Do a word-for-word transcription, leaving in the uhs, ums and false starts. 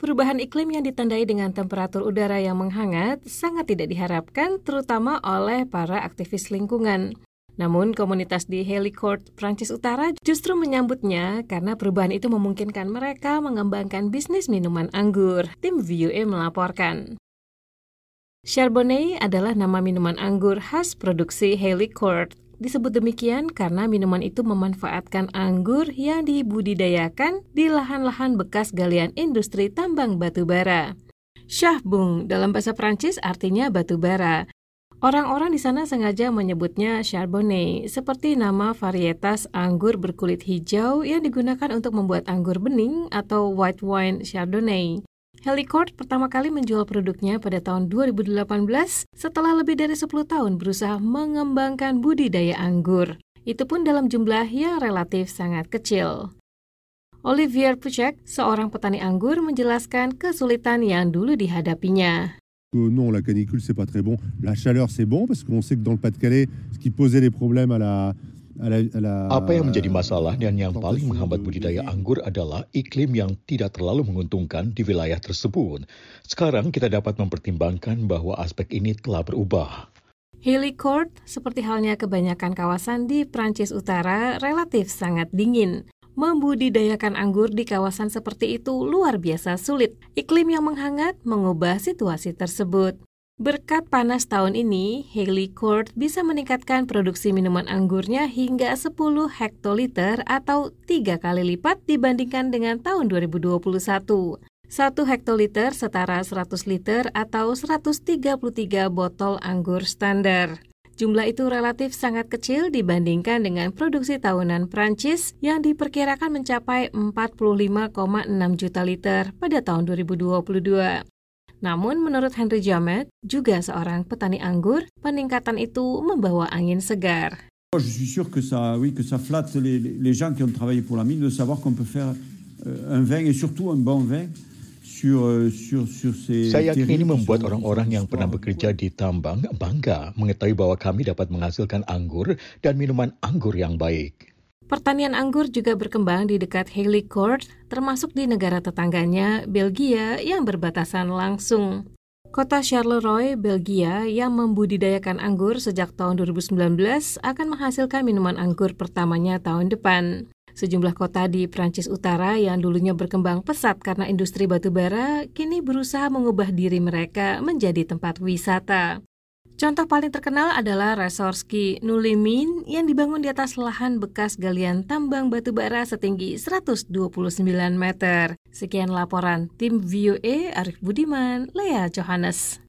Perubahan iklim yang ditandai dengan temperatur udara yang menghangat sangat tidak diharapkan, terutama oleh para aktivis lingkungan. Namun, komunitas di Helicourt, Prancis Utara justru menyambutnya karena perubahan itu memungkinkan mereka mengembangkan bisnis minuman anggur. Tim V O A melaporkan. Chardonnay adalah nama minuman anggur khas produksi Helicourt. Disebut demikian karena minuman itu memanfaatkan anggur yang dibudidayakan di lahan-lahan bekas galian industri tambang batu bara. Charbon dalam bahasa Prancis artinya batu bara. Orang-orang di sana sengaja menyebutnya Chardonnay, seperti nama varietas anggur berkulit hijau yang digunakan untuk membuat anggur bening atau white wine Chardonnay. Helicourt pertama kali menjual produknya pada tahun dua ribu delapan belas setelah lebih dari sepuluh tahun berusaha mengembangkan budidaya anggur. Itu pun dalam jumlah yang relatif sangat kecil. Olivier Puchek, seorang petani anggur, menjelaskan kesulitan yang dulu dihadapinya. Non, la canicule c'est pas très bon. La chaleur c'est bon parce qu'on sait que dans le Pas-de-Calais, ce qui posait des problèmes à la Apa yang menjadi masalah dan yang paling menghambat budidaya anggur adalah iklim yang tidak terlalu menguntungkan di wilayah tersebut. Sekarang kita dapat mempertimbangkan bahwa aspek ini telah berubah. Helicourt, seperti halnya kebanyakan kawasan di Prancis Utara, relatif sangat dingin. Membudidayakan anggur di kawasan seperti itu luar biasa sulit. Iklim yang menghangat mengubah situasi tersebut. Berkat panas tahun ini, Helicourt bisa meningkatkan produksi minuman anggurnya hingga sepuluh hektoliter atau tiga kali lipat dibandingkan dengan tahun dua ribu dua puluh satu. Satu hektoliter setara seratus liter atau seratus tiga puluh tiga botol anggur standar. Jumlah itu relatif sangat kecil dibandingkan dengan produksi tahunan Prancis yang diperkirakan mencapai empat puluh lima koma enam juta liter pada tahun dua ribu dua puluh dua. Namun menurut Henry Jamet, juga seorang petani anggur, peningkatan itu membawa angin segar. Je suis sûr que ça, oui, que ça flatte les, les gens qui ont travaillé pour la mine de savoir qu'on peut faire un vin et surtout un bon vin sur sur sur ces. Saya yakin ini membuat orang-orang yang pernah bekerja di tambang bangga mengetahui bahwa kami dapat menghasilkan anggur dan minuman anggur yang baik. Pertanian anggur juga berkembang di dekat Helicourt, termasuk di negara tetangganya, Belgia, yang berbatasan langsung. Kota Charleroi, Belgia, yang membudidayakan anggur sejak tahun dua ribu sembilan belas akan menghasilkan minuman anggur pertamanya tahun depan. Sejumlah kota di Prancis Utara yang dulunya berkembang pesat karena industri batu bara, kini berusaha mengubah diri mereka menjadi tempat wisata. Contoh paling terkenal adalah resort ski Nulimin yang dibangun di atas lahan bekas galian tambang batu bara setinggi seratus dua puluh sembilan meter. Sekian laporan tim V O A, Arif Budiman, Lea Johannes.